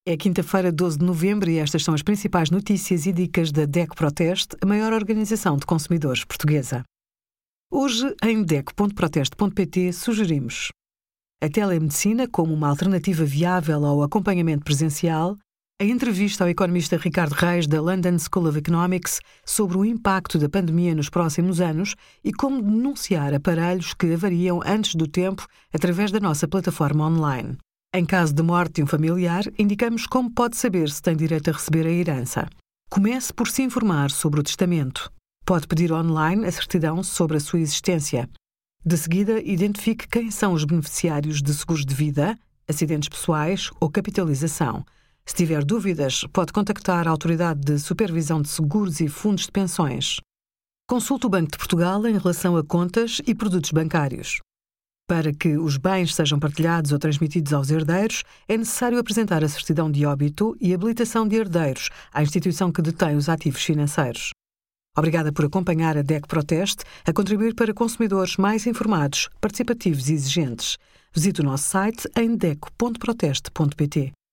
É quinta-feira, 12 de novembro, e estas são as principais notícias e dicas da DECO Proteste, a maior organização de consumidores portuguesa. Hoje, em DECO.proteste.pt, sugerimos a telemedicina como uma alternativa viável ao acompanhamento presencial, a entrevista ao economista Ricardo Reis, da London School of Economics, sobre o impacto da pandemia nos próximos anos e como denunciar aparelhos que avariam antes do tempo através da nossa plataforma online. Em caso de morte de um familiar, indicamos como pode saber se tem direito a receber a herança. Comece por se informar sobre o testamento. Pode pedir online a certidão sobre a sua existência. De seguida, identifique quem são os beneficiários de seguros de vida, acidentes pessoais ou capitalização. Se tiver dúvidas, pode contactar a Autoridade de Supervisão de Seguros e Fundos de Pensões. Consulte o Banco de Portugal em relação a contas e produtos bancários. Para que os bens sejam partilhados ou transmitidos aos herdeiros, é necessário apresentar a certidão de óbito e habilitação de herdeiros à instituição que detém os ativos financeiros. Obrigada por acompanhar a DECO Proteste a contribuir para consumidores mais informados, participativos e exigentes. Visite o nosso site em deco.proteste.pt.